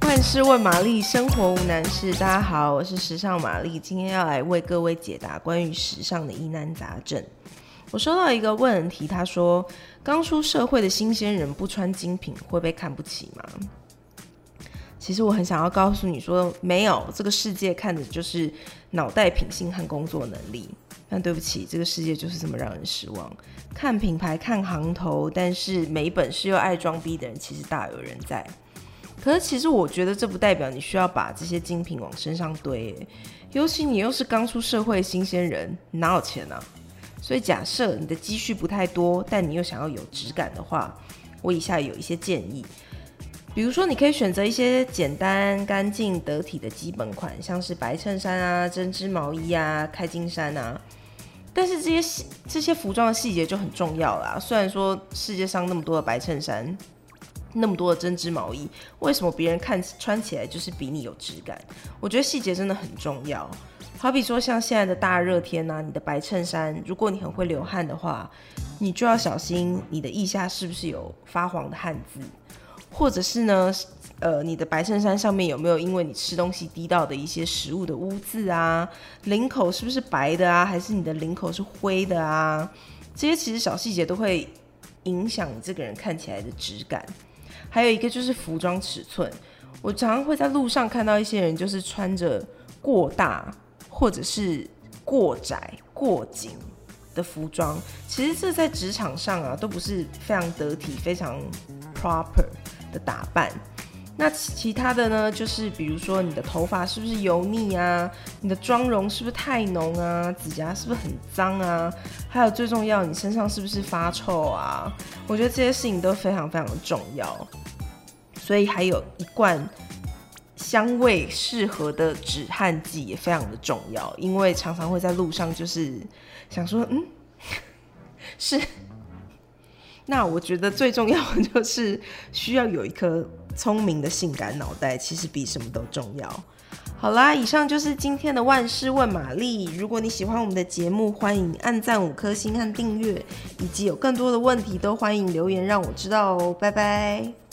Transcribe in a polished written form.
万事问玛丽，生活无难事。大家好，我是时尚玛丽，今天要来为各位解答关于时尚的疑难杂症。我收到一个问题，他说刚出社会的新鲜人不穿精品会被看不起吗？其实我很想要告诉你说，没有，这个世界看的就是脑袋、品性和工作能力。但对不起，这个世界就是这么让人失望。看品牌、看行头，但是没本事又爱装逼的人其实大有人在。可是其实我觉得这不代表你需要把这些精品往身上堆，尤其你又是刚出社会的新鲜人，哪有钱啊？所以假设你的积蓄不太多，但你又想要有质感的话，我以下有一些建议。比如说，你可以选择一些简单、干净、得体的基本款，像是白衬衫啊、针织毛衣啊、开襟衫啊。但是这些服装的细节就很重要啦。虽然说世界上那么多的白衬衫，那么多的针织毛衣，为什么别人穿起来就是比你有质感？我觉得细节真的很重要。好比说像现在的大热天啊，你的白衬衫，如果你很会流汗的话，你就要小心你的腋下是不是有发黄的汗渍，或者是呢，你的白衬衫上面有没有因为你吃东西滴到的一些食物的污渍啊？领口是不是白的啊？还是你的领口是灰的啊？这些其实小细节都会影响你这个人看起来的质感。还有一个就是服装尺寸，我常常会在路上看到一些人就是穿着过大或者是过窄、过紧的服装，其实这在职场上啊都不是非常得体、非常 proper 的打扮。那其他的呢，就是比如说你的头发是不是油腻啊，你的妆容是不是太浓啊，指甲是不是很脏啊，还有最重要，你身上是不是发臭啊？我觉得这些事情都非常非常的重要。所以还有一罐香味适合的止汗剂也非常的重要，因为常常会在路上就是想说，是。那我觉得最重要的就是需要有一颗聪明的性感脑袋，其实比什么都重要。好啦，以上就是今天的万事问玛丽。如果你喜欢我们的节目，欢迎按赞5颗星和订阅，以及有更多的问题都欢迎留言让我知道哦。拜拜。